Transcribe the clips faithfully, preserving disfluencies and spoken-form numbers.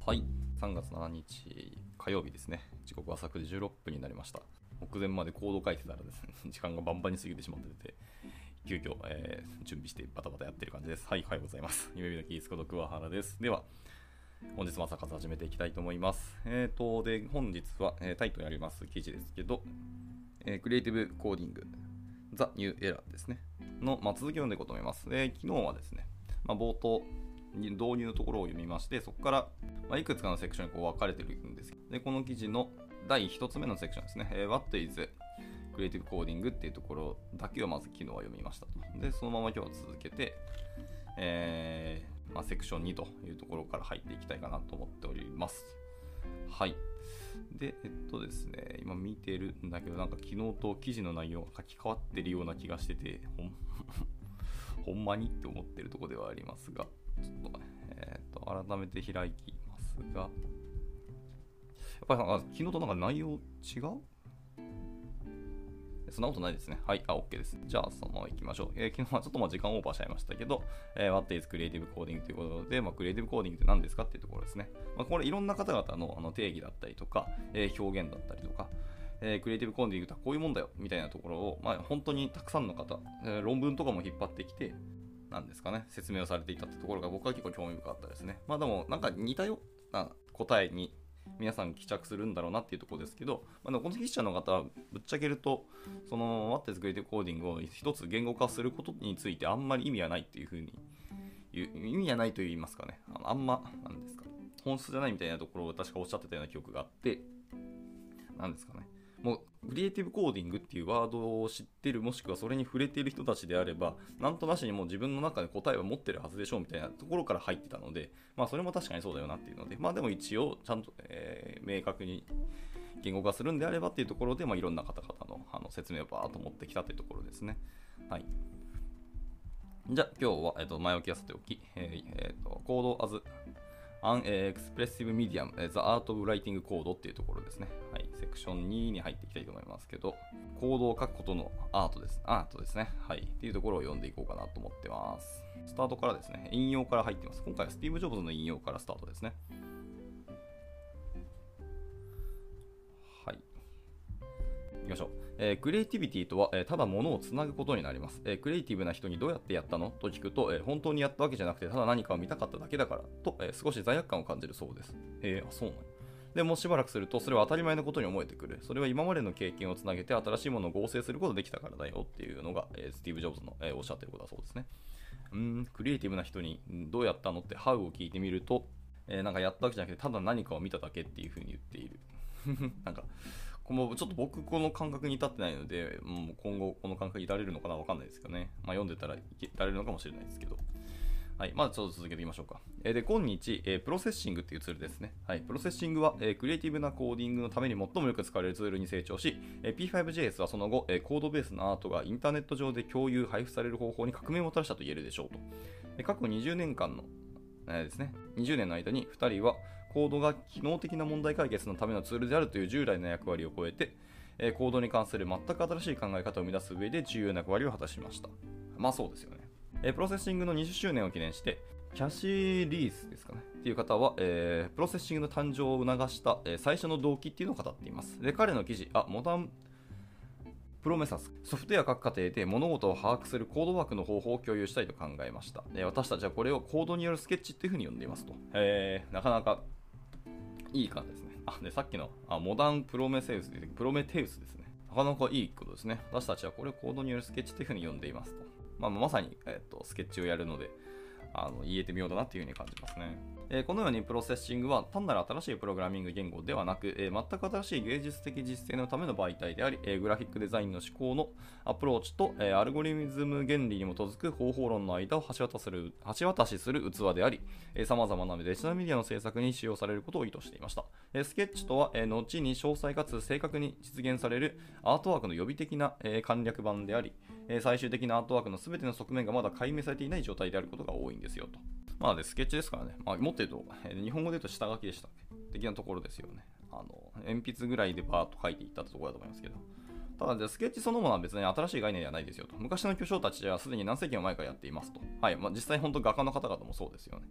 はい、さんがつしちにち火曜日ですね。時刻は朝くじじゅうろっぷんになりました。目前までコード書いてたらですね、時間がバンバンに過ぎてしまってて、急遽、えー、準備してバタバタやってる感じです。はい、おはようございます。夢見のキースこと桑原です。では、本日も朝活始めていきたいと思います。えーと、で、本日は、えー、タイトルにあります記事ですけど、えー、クリエイティブコーディング、ザ・ニューエラーですね、の、まあ、続きを読んでいこうと思います。で、昨日はですね、まあ、冒頭、導入のところを読みまして、そこから、まあ、いくつかのセクションにこう分かれているんです。で、この記事のだいひとつめのセクションですね、えー、What is Creative Coding っていうところだけをまず昨日は読みましたと。で、そのまま今日は続けて、えーまあ、セクションにというところから入っていきたいかなと思っております。はい。で、えっとですね、今見てるんだけど、なんか昨日と記事の内容が書き換わってるような気がしてて、ほんほんまにって思ってるところではありますが、ちょっと、えー、と改めて開きますが、やっぱりなんか昨日となんか内容違う？そんなことないですね。はい、あ、OK です。じゃあ、そのまま行きましょう。えー、昨日はちょっとまあ時間オーバーしちゃいましたけど、えー、What is Creative Coding ということで、まあ、クリエイティブコーディングって何ですかっていうところですね。まあ、これいろんな方々のあの定義だったりとか、えー、表現だったりとか、えー、クリエイティブコーディングとはこういうもんだよみたいなところを、まあ、本当にたくさんの方、えー、論文とかも引っ張ってきて、なんですかね、説明をされていたってところが僕は結構興味深かったですね。まあでも、なんか似たような答えに皆さん帰着するんだろうなっていうところですけど、まあ、この筆者の方はぶっちゃけると、その What is Creative Coding を一つ言語化することについてあんまり意味はないっていうふうに言う、意味はないと言いますかね、あのあんま、なんですか、本質じゃないみたいなところを確かおっしゃってたような記憶があって、なんですかね。もうクリエイティブコーディングっていうワードを知ってる、もしくはそれに触れている人たちであれば、なんとなしにもう自分の中で答えを持ってるはずでしょうみたいなところから入ってたので、まあそれも確かにそうだよなっていうので、まあでも一応ちゃんと、えー、明確に言語化するんであればっていうところで、まあ、いろんな方々の、あの説明をバーっと持ってきたというところですね。はい。じゃあ今日は、えー、と前置きはさておき、えーえー、とコード as an expressive medium the art of writing code っていうところですね。はい。セクションにに入っていきたいと思いますけど、コードを書くことのアートです。アートですね。はい。っていうところを読んでいこうかなと思ってます。スタートからですね、引用から入っています。今回はスティーブ・ジョブズの引用からスタートですね。はい。いきましょう。えー、クリエイティビティとは、えー、ただ物をつなぐことになります、えー。クリエイティブな人にどうやってやったのと聞くと、えー、本当にやったわけじゃなくて、ただ何かを見たかっただけだからと、えー、少し罪悪感を感じるそうです。えー、あ、そうなの。でもしばらくすると、それは当たり前のことに思えてくる。それは今までの経験をつなげて新しいものを合成することができたからだよっていうのが、えー、スティーブ・ジョブズの、えー、おっしゃっていることだそうですね。うーん、クリエイティブな人にどうやったのって How を聞いてみると、えー、なんかやったわけじゃなくて、ただ何かを見ただけっていうふうに言っている。なんか、もうちょっと僕この感覚に至ってないので、もう今後この感覚に至れるのかなわかんないですけどね。まあ読んでたら至れるのかもしれないですけど。はい。まずちょっと続けていきましょうか。えー、で、今日、えー、プロセッシングっていうツールですね。はい。プロセッシングは、えー、クリエイティブなコーディングのために最もよく使われるツールに成長し、えー、ピーファイブジェイエス はその後、えー、コードベースのアートがインターネット上で共有、配布される方法に革命をもたらしたと言えるでしょうと。えー、過去にじゅうねんかんの、えー、ですね、にじゅうねんの間にふたりはコードが機能的な問題解決のためのツールであるという従来の役割を超えて、コードに関する全く新しい考え方を生み出す上で重要な役割を果たしました。まあそうですよね。プロセッシングのにじゅっしゅうねんを記念して、キャシー・リースですかねっていう方は、えー、プロセッシングの誕生を促した、えー、最初の動機っていうのを語っています。で、彼の記事、あ、モダンプロメサス、ソフトウェア各過程で物事を把握するコードワークの方法を共有したいと考えました。で、私たちはこれをコードによるスケッチっていうふうに呼んでいますと。えー、なかなかいい感じですね。あ、で、さっきのあモダンプロメセウスで、プロメテウスですね。なかなかいいことですね。私たちはこれをコードによるスケッチというふうに呼んでいますと。まあ、まさに、えーと、スケッチをやるので、あの言えてみようだなというふうに感じますね。えー、このようにプロセッシングは単なる新しいプログラミング言語ではなく、えー、全く新しい芸術的実践のための媒体であり、えー、グラフィックデザインの思考のアプローチと、えー、アルゴリズム原理に基づく方法論の間を橋渡する橋渡しする器であり、さまざまなデジタルメディアの制作に使用されることを意図していました。えー、スケッチとは、えー、後に詳細かつ正確に実現されるアートワークの予備的な、えー、簡略版であり、えー、最終的なアートワークの全ての側面がまだ解明されていない状態であることが多いんですよと。まあで、スケッチですからね。まあ、もっと言うと、えー、日本語で言うと下書きでしたっけ的なところですよね。あの、鉛筆ぐらいでバーッと書いていったところだと思いますけど。ただで、スケッチそのものは別に新しい概念ではないですよと。昔の巨匠たちはすでに何世紀も前からやっていますと。はい。まあ、実際本当画家の方々もそうですよね。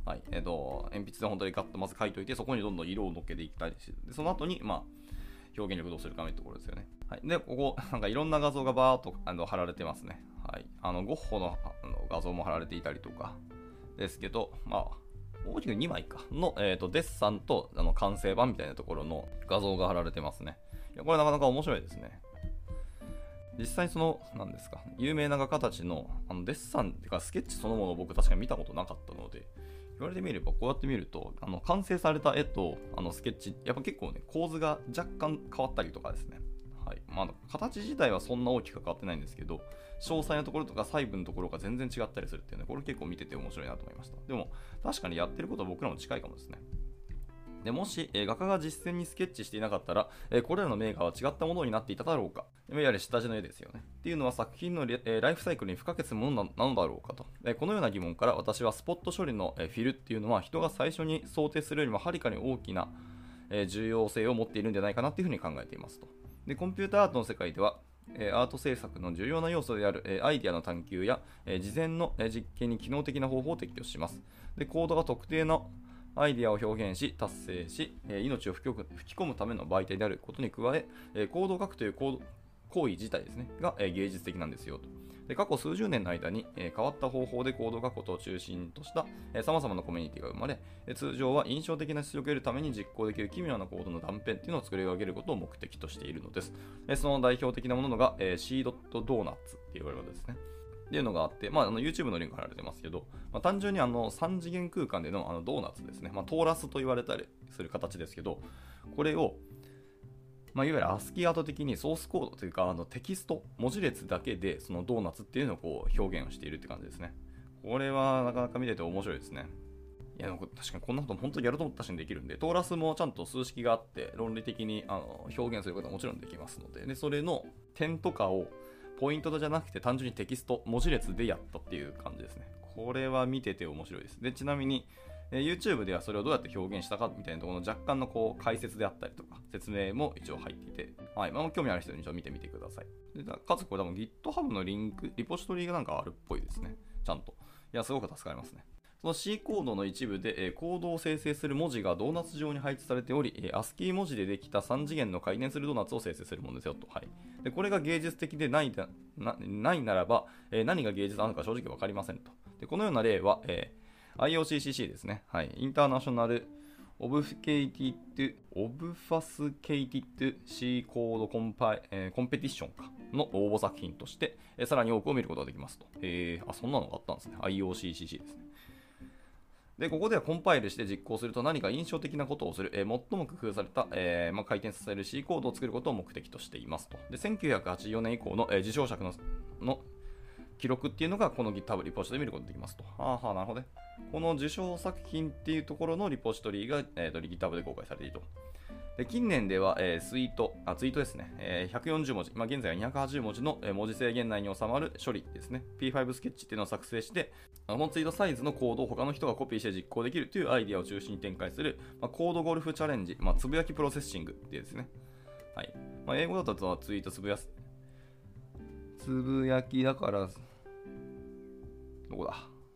はい、えっと、鉛筆で本当にガッとまず書いといて、そこにどんどん色を乗っけていったりして、でその後に、まあ、表現力どうするかというところですよね。はい、で、ここ、なんかいろんな画像がバーっとあの貼られてますね。はい、あのゴッホのあの画像も貼られていたりとかですけど、まあ、大きくにまいかの、えー、とデッサンとあの完成版みたいなところの画像が貼られてますね。いやこれなかなか面白いですね。実際その、なんですか、有名な画家たちのあのデッサンっていうかスケッチそのものを僕確かに見たことなかったので、言われてみればこうやって見ると、あの完成された絵とあのスケッチ、やっぱ結構ね、構図が若干変わったりとかですね。はい。まあ、形自体はそんな大きく変わってないんですけど、詳細なところとか細部のところが全然違ったりするっていうね、これ結構見てて面白いなと思いました。でも、確かにやってることは僕らも近いかもですね。でもし、えー、画家が実践にスケッチしていなかったら、えー、これらの名画は違ったものになっていただろうか。いわゆる下地の絵ですよね。っていうのは作品の、えー、ライフサイクルに不可欠なものなのだろうかと。えー、このような疑問から私はスポット処理の、えー、フィルっていうのは人が最初に想定するよりもはるかに大きな、えー、重要性を持っているんじゃないかなというふうに考えていますと。で、コンピューターアートの世界では、えー、アート制作の重要な要素である、えー、アイデアの探求や、えー、事前の、えー、実験に機能的な方法を適用します。で、コードが特定のアイデアを表現し、達成し、命を吹き込むための媒体であることに加え、コードを書くという行為自体ですね、が芸術的なんですよと。で過去数十年の間に変わった方法でコードを書くことを中心とした様々なコミュニティが生まれ、通常は印象的な出力を得るために実行できる奇妙なコードの断片っていうのを作り上げることを目的としているのです。その代表的なものが C ドットドーナツって言われることですね。っていうのがあって、まあ、あの YouTube のリンク貼られてますけど、まあ、単純にあのさん次元空間でのあのドーナツですね、まあ、トーラスと言われたりする形ですけど、これを、まあ、いわゆる アスキー アート的にソースコードというかあのテキスト、文字列だけでそのドーナツっていうのをこう表現をしているって感じですね。これはなかなか見てて面白いですね。いや、確かにこんなこと本当にやろうと思ったしにできるんで、トーラスもちゃんと数式があって、論理的にあの表現することはもちろんできますので、でそれの点とかをポイントじゃなくて単純にテキスト、文字列でやったっていう感じですね。これは見てて面白いです。で、ちなみに、えー、YouTube ではそれをどうやって表現したかみたいなところの若干のこう解説であったりとか、説明も一応入っていて、はい、まあ、興味ある人に一応見てみてください。でかつこれ多分 GitHub のリンク、リポジトリがなんかあるっぽいですね。ちゃんと。いや、すごく助かりますね。その C コードの一部で、えー、コードを生成する文字がドーナツ状に配置されており、えー、アスキー 文字でできたさん次元の回転するドーナツを生成するものですよと。はい、でこれが芸術的でない な, ないならば、えー、何が芸術なのか正直分かりませんと。でこのような例は、えー、アイオーシーシーシー ですね。はい、インターナショナルオブフケイティッド、オブファスケイティッド C コードコンパイ、えー、コンペティションかの応募作品として、えー、さらに多くを見ることができますと。えー、あ、そんなのがあったんですね。アイオーシーシーシー ですね。で、ここではコンパイルして実行すると何か印象的なことをする、えー、最も工夫された、えーまあ、回転させる C コードを作ることを目的としていますと。で、せんきゅうひゃくはちじゅうよねん以降の、えー、受賞作のの記録っていうのがこの GitHub リポジトリで見ることができますと。はあはあ、なるほどね。この受賞作品っていうところのリポジトリが、えー、と GitHub で公開されていると。で近年では、えー、ツイート、あ、ツイートですね、えー、ひゃくよんじゅう文字、まあ、現在はにひゃくはちじゅう文字の、えー、文字制限内に収まる処理ですね。ピーファイブ スケッチっていうのを作成して、このツイートサイズのコードを他の人がコピーして実行できるというアイデアを中心に展開する、まあ、コードゴルフチャレンジ、まあ、つぶやきプロセッシングっていうですね。はい。まあ、英語だとツイートつぶやす、つぶやきだから、どこだ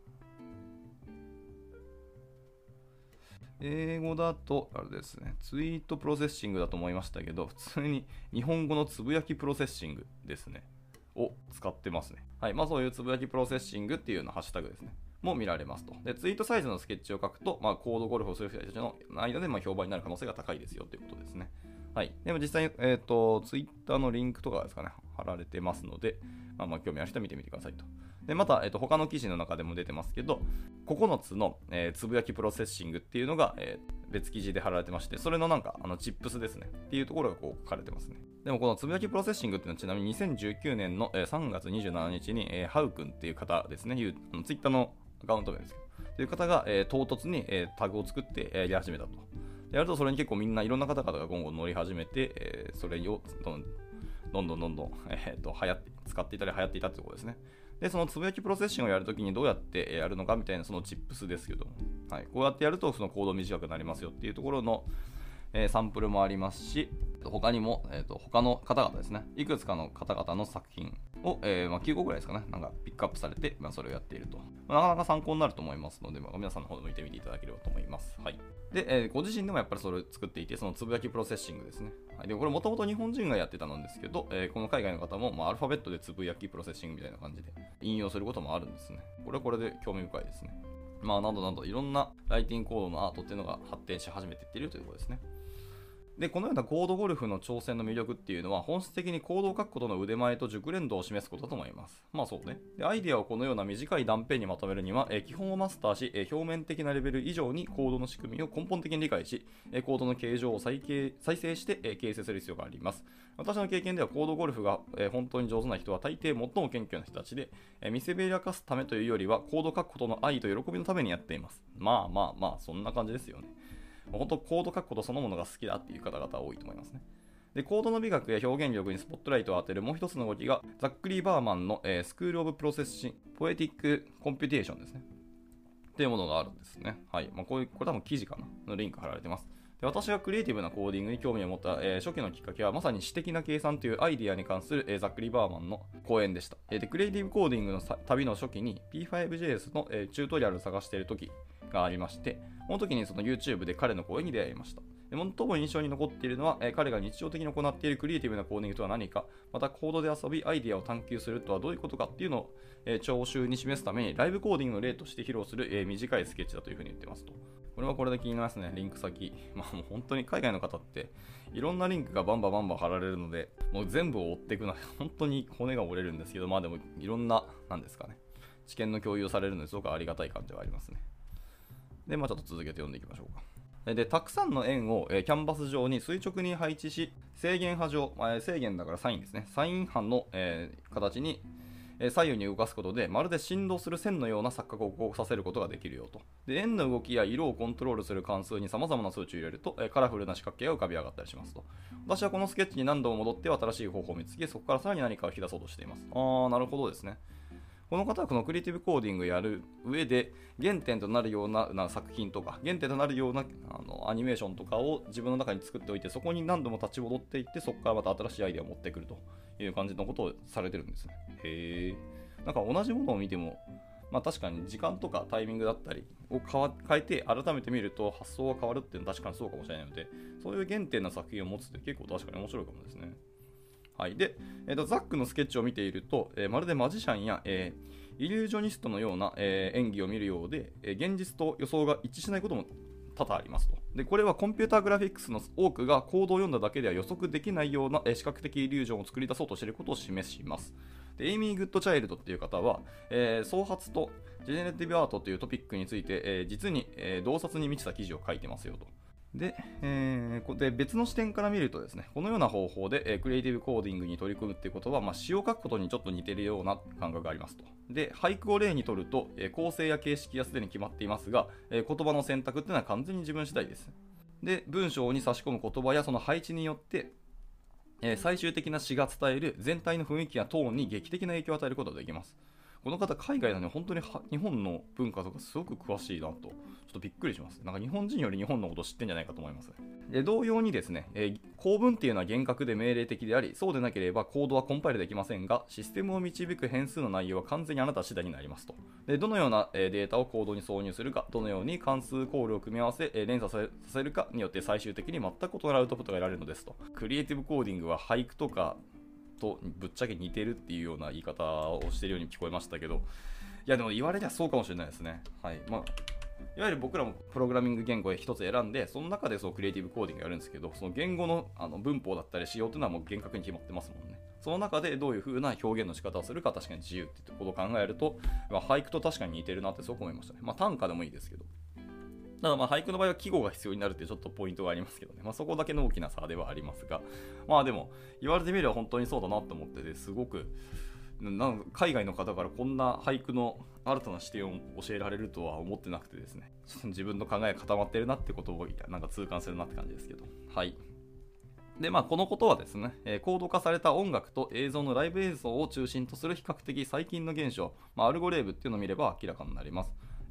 英語だと、あれですね、ツイートプロセッシングだと思いましたけど、普通に日本語のつぶやきプロセッシングですね。を使ってますね。はい。まあそういうつぶやきプロセッシングっていうようなハッシュタグですね。も見られますと。で、ツイートサイズのスケッチを書くと、まあコードゴルフをする人たちの間でまあ評判になる可能性が高いですよということですね。はい。でも実際に、えっと、ツイッターのリンクとかですかね、貼られてますので、まあ、まあ興味ある人は見てみてくださいと。で、また、えっと、他の記事の中でも出てますけど、ここのつの、えー、つぶやきプロセッシングっていうのが、えー、別記事で貼られてまして、それのなんか、あの、チップスですね。っていうところがこう書かれてますね。でもこのつぶやきプロセッシングっていうのはちなみににせんじゅうきゅうねんのさんがつにじゅうしちにちに、えー、ハウ君っていう方ですね、いうあのツイッターのアカウント名ですけど、という方が、えー、唐突に、えー、タグを作って、えー、やり始めたと。でやるとそれに結構みんないろんな方々が今後乗り始めて、えー、それをどんどんどんどんどん、えー、と流行って使っていたり流行っていたということですね。で、そのつぶやきプロセッシングをやるときにどうやってやるのかみたいなそのチップスですけども、はい、こうやってやるとそのコード短くなりますよっていうところの、 えー、サンプルもありますし、他にも、えーと、他の方々ですね、いくつかの方々の作品を、えーまあ、きゅうこぐらいですかね、なんかピックアップされて、まあ、それをやっていると。まあ、なかなか参考になると思いますので、まあ、皆さんの方で見てみていただければと思います。はい。で、えー、ご自身でもやっぱりそれを作っていて、そのつぶやきプロセッシングですね。はい、でこれもともと日本人がやってたんですけど、えー、この海外の方も、まあ、アルファベットでつぶやきプロセッシングみたいな感じで引用することもあるんですね。これはこれで興味深いですね。まあ、などなどいろんなライティングコードのアートっていうのが発展し始めていっているということですね。で、このようなコードゴルフの挑戦の魅力っていうのは、本質的にコードを書くことの腕前と熟練度を示すことだと思います。まあそうね。で、アイデアをこのような短い断片にまとめるには、えー基本をマスターし、えー表面的なレベル以上にコードの仕組みを根本的に理解し、えーコードの形状を再形再生して、えー形成する必要があります。私の経験では、コードゴルフが、えー本当に上手な人は大抵最も謙虚な人たちで、えー見せびらかすためというよりは、コードを書くことの愛と喜びのためにやっています。まあまあまあ、そんな感じですよね。本当コード書くことそのものが好きだっていう方々多いと思いますね。で、コードの美学や表現力にスポットライトを当てるもう一つの動きが、ザックリー・バーマンの、えー、スクール・オブ・プロセッシング・ポエティック・コンピュテーションですね。っていうものがあるんですね。はい。まあ、こういう、これ多分記事かなのリンク貼られてます。で、私がクリエイティブなコーディングに興味を持った、えー初期のきっかけは、まさに詩的な計算というアイディアに関する、えーザックリー・バーマンの講演でした。えーで、クリエイティブコーディングのさ旅の初期に ピーファイブジェイエス の、えーチュートリアルを探している時がありまして、この時にその YouTube で彼の講演に出会いました。で最も印象に残っているのは、えー彼が日常的に行っているクリエイティブなコーディングとは何か、またコードで遊び、アイディアを探求するとはどういうことかっていうのを、えー聴衆に示すために、ライブコーディングの例として披露する、えー短いスケッチだというふうに言ってますと。これはこれで気になりますね、リンク先。まあもう本当に海外の方って、いろんなリンクがバンバンバンバン貼られるので、もう全部を追っていくのは本当に骨が折れるんですけど、まあでもいろんな、なんですかね、知見の共有をされるのですごくありがたい感じはありますね。で、まあちょっと続けて読んでいきましょうか。で、たくさんの円を、えーキャンバス上に垂直に配置し、正弦波状、まあ、正弦だからサインですね。サイン波の、えー形に、えー左右に動かすことで、まるで振動する線のような錯覚を起こさせることができるよと。で、円の動きや色をコントロールする関数に様々な数値を入れると、えーカラフルな四角形が浮かび上がったりしますと。私はこのスケッチに何度も戻って新しい方法を見つけ、そこからさらに何かを引き出そうとしています。あー、なるほどですね。この方はこのクリエイティブコーディングをやる上で原点となるよう な, な作品とか原点となるようなあのアニメーションとかを自分の中に作っておいて、そこに何度も立ち戻っていって、そこからまた新しいアイデアを持ってくるという感じのことをされてるんですね。へー、なんか同じものを見ても、まあ、確かに時間とかタイミングだったりを変えて改めて見ると発想が変わるっていうのは確かにそうかもしれないので、そういう原点な作品を持つって結構確かに面白いかもですね。はい。で、えーと、ザックのスケッチを見ていると、えーまるでマジシャンや、えーイリュージョニストのような、えー演技を見るようで、えー現実と予想が一致しないことも多々ありますと。で、これはコンピューターグラフィックスの多くがコードを読んだだけでは予測できないような、えー視覚的イリュージョンを作り出そうとしていることを示します。で、エイミー・グッドチャイルドっていう方は、えー創発とジェネレティブアートというトピックについて、えー実に、えー洞察に満ちた記事を書いてますよと。で、えーで、別の視点から見るとですね、このような方法で、えークリエイティブコーディングに取り組むっていうことは、まあ、詩を書くことにちょっと似ているような感覚がありますと。で、俳句を例にとると、えー構成や形式がすでに決まっていますが、えー言葉の選択っていうのは完全に自分次第です。で、文章に差し込む言葉やその配置によって、えー最終的な詩が伝える全体の雰囲気やトーンに劇的な影響を与えることができます。この方、海外のね、本当には日本の文化とかすごく詳しいなと、ちょっとびっくりします。なんか日本人より日本のことを知ってんじゃないかと思います。で、同様にですね、えー構文っていうのは厳格で命令的であり、そうでなければコードはコンパイルできませんが、システムを導く変数の内容は完全にあなた次第になりますと。で、どのようなえーデータをコードに挿入するか、どのように関数コールを組み合わせ、えー連鎖させるかによって最終的に全く異なるアウトプットが得られるのですと。クリエイティブコーディングは俳句とかとぶっちゃけ似てるっていうような言い方をしているように聞こえましたけど、いやでも言われりゃそうかもしれないですね。はい。まあ、いわゆる僕らもプログラミング言語で一つ選んで、その中でそうクリエイティブコーディングやるんですけど、その言語の、あの文法だったり仕様っていうのはもう厳格に決まってますもんね。その中でどういう風な表現の仕方をするか確かに自由っていうことを考えると、まあ、俳句と確かに似てるなってすごく思いましたね。まあ短歌でもいいですけど。ただまあ俳句の場合は季語が必要になるっていうちょっとポイントがありますけどね。まあそこだけの大きな差ではありますが、まあでも言われてみれば本当にそうだなと思ってて、すごくなんか海外の方からこんな俳句の新たな視点を教えられるとは思ってなくてですね、ちょっと自分の考えが固まってるなってことをなんか痛感するなって感じですけど、はい。でまあこのことはですね、えー、コード化された音楽と映像のライブ映像を中心とする比較的最近の現象、まあ、アルゴレーブっていうのを見れば明らかになります。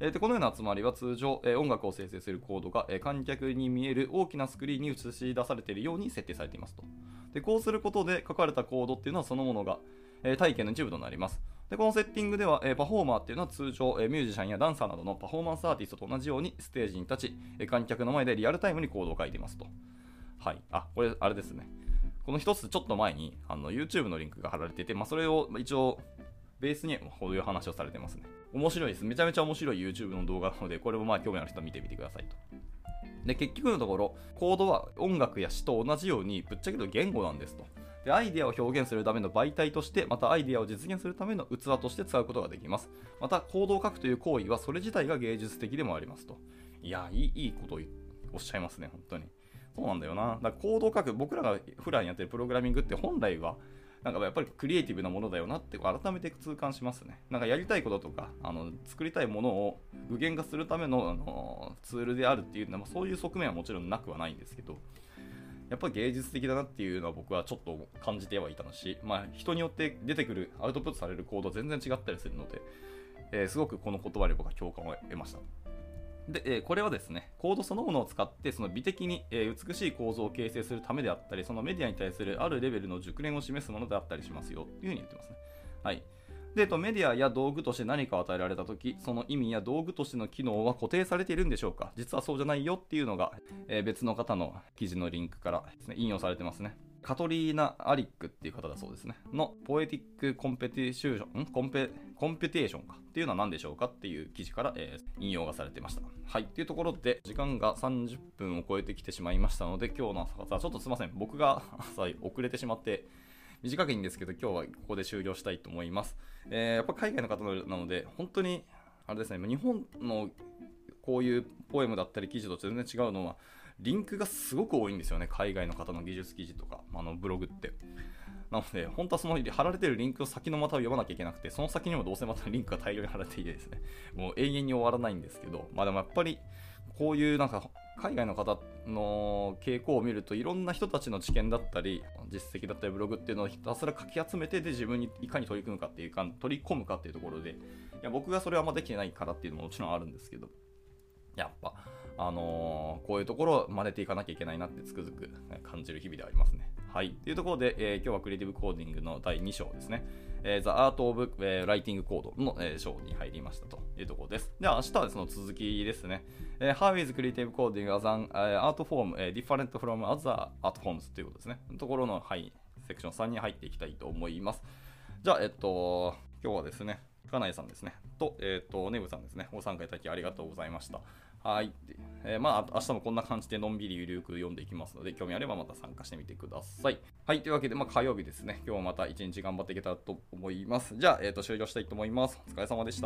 えー、でこのような集まりは通常、えー、音楽を生成するコードが、えー、観客に見える大きなスクリーンに映し出されているように設定されていますと。でこうすることで書かれたコードっていうのはそのものが、えー、体験の一部となります。でこのセッティングでは、えー、パフォーマーっていうのは通常、えー、ミュージシャンやダンサーなどのパフォーマンスアーティストと同じようにステージに立ち、えー、観客の前でリアルタイムにコードを書いていますと。はい。あ、これあれですね。この一つちょっと前にあの YouTube のリンクが貼られてて、まあ、それを一応ベースにこういう話をされてますね。面白いです。めちゃめちゃ面白い YouTube の動画なので、これもまあ興味ある人は見てみてくださいと。で、結局のところ、コードは音楽や詩と同じようにぶっちゃけると言語なんですと。で、アイデアを表現するための媒体として、またアイデアを実現するための器として使うことができます。また、コードを書くという行為はそれ自体が芸術的でもありますと。いや、いい、いいことをおっしゃいますね、本当に。そうなんだよな。だからコードを書く、僕らが普段やってるプログラミングって本来は、なんかやっぱりクリエイティブなものだよなって改めて痛感しますね。なんかやりたいこととか、あの作りたいものを具現化するための、あのツールであるっていうのは、そういう側面はもちろんなくはないんですけど、やっぱり芸術的だなっていうのは僕はちょっと感じてはいたのし、まあ人によって出てくる、アウトプットされるコードは全然違ったりするので、えー、すごくこの言葉で僕は共感を得ました。で、えー、これはですね、コードそのものを使ってその美的に、えー、美しい構造を形成するためであったり、そのメディアに対するあるレベルの熟練を示すものであったりしますよというふうに言ってますね。はい。で、えっと、メディアや道具として何かを与えられたとき、その意味や道具としての機能は固定されているんでしょうか？実はそうじゃないよっていうのが、えー、別の方の記事のリンクからですね、引用されてますね。カトリーナ・アリックっていう方だそうですね。のポエティック・コンペティション、んコンペ、コンペテーションかっていうのは何でしょうかっていう記事から、えー、引用がされてました。はい。っていうところで、時間がさんじゅっぷんを超えてきてしまいましたので、今日の朝、ちょっとすいません。僕が朝遅れてしまって、短いんですけど、今日はここで終了したいと思います。えー、やっぱ海外の方なので、本当に、あれですね、日本のこういうポエムだったり記事と全然違うのは、リンクがすごく多いんですよね。海外の方の技術記事とか、あのブログって。なので、本当はその貼られてるリンクの先のまたを読まなきゃいけなくて、その先にもどうせまたリンクが大量に貼られていてですね、もう永遠に終わらないんですけど、まあでもやっぱり、こういうなんか海外の方の傾向を見ると、いろんな人たちの知見だったり実績だったりブログっていうのをひたすら書き集めて、で自分にいかに取り組むかっていうか取り込むかっていうところで、いや僕がそれはあんまできてないからっていうのももちろんあるんですけど、やっぱあのー、こういうところを真似ていかなきゃいけないなってつくづく感じる日々でありますね。はい。というところで、えー、今日はクリエイティブコーディングのだいに章ですね。えー、The Art of、えー、Writing Code の、えー、章に入りましたというところです。では明日はその続きですね。えー、How is Creative Coding as an、uh, art form、uh, different from other art forms ということですね。ところの、はい、セクションさんに入っていきたいと思います。じゃあ、えっと、今日はですね、金井さんですね、と、えっと、ネブさんですね、ご参加いただきありがとうございました。はい。えー、まあ、明日もこんな感じでのんびりゆるく読んでいきますので、興味あればまた参加してみてください。はい。というわけで、まあ、火曜日ですね。今日もまた一日頑張っていけたらと思います。じゃあ、えっと、終了したいと思います。お疲れ様でした。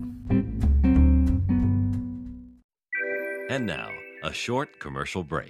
And now, a short commercial break.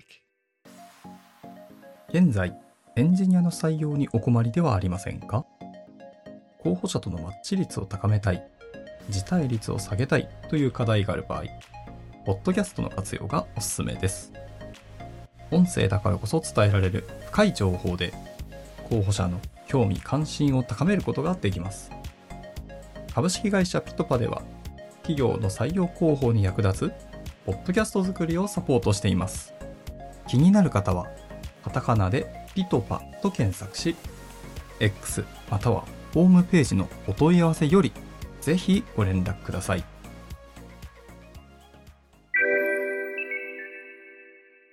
現在、エンジニアの採用にお困りではありませんか？候補者とのマッチ率を高めたい、辞退率を下げたいという課題がある場合、ポッドキャストの活用がおすすめです。音声だからこそ伝えられる深い情報で、候補者の興味関心を高めることができます。株式会社ピトパでは、企業の採用広報に役立つポッドキャスト作りをサポートしています。気になる方は、カタカナでピトパと検索し、X またはホームページのお問い合わせよりぜひご連絡ください。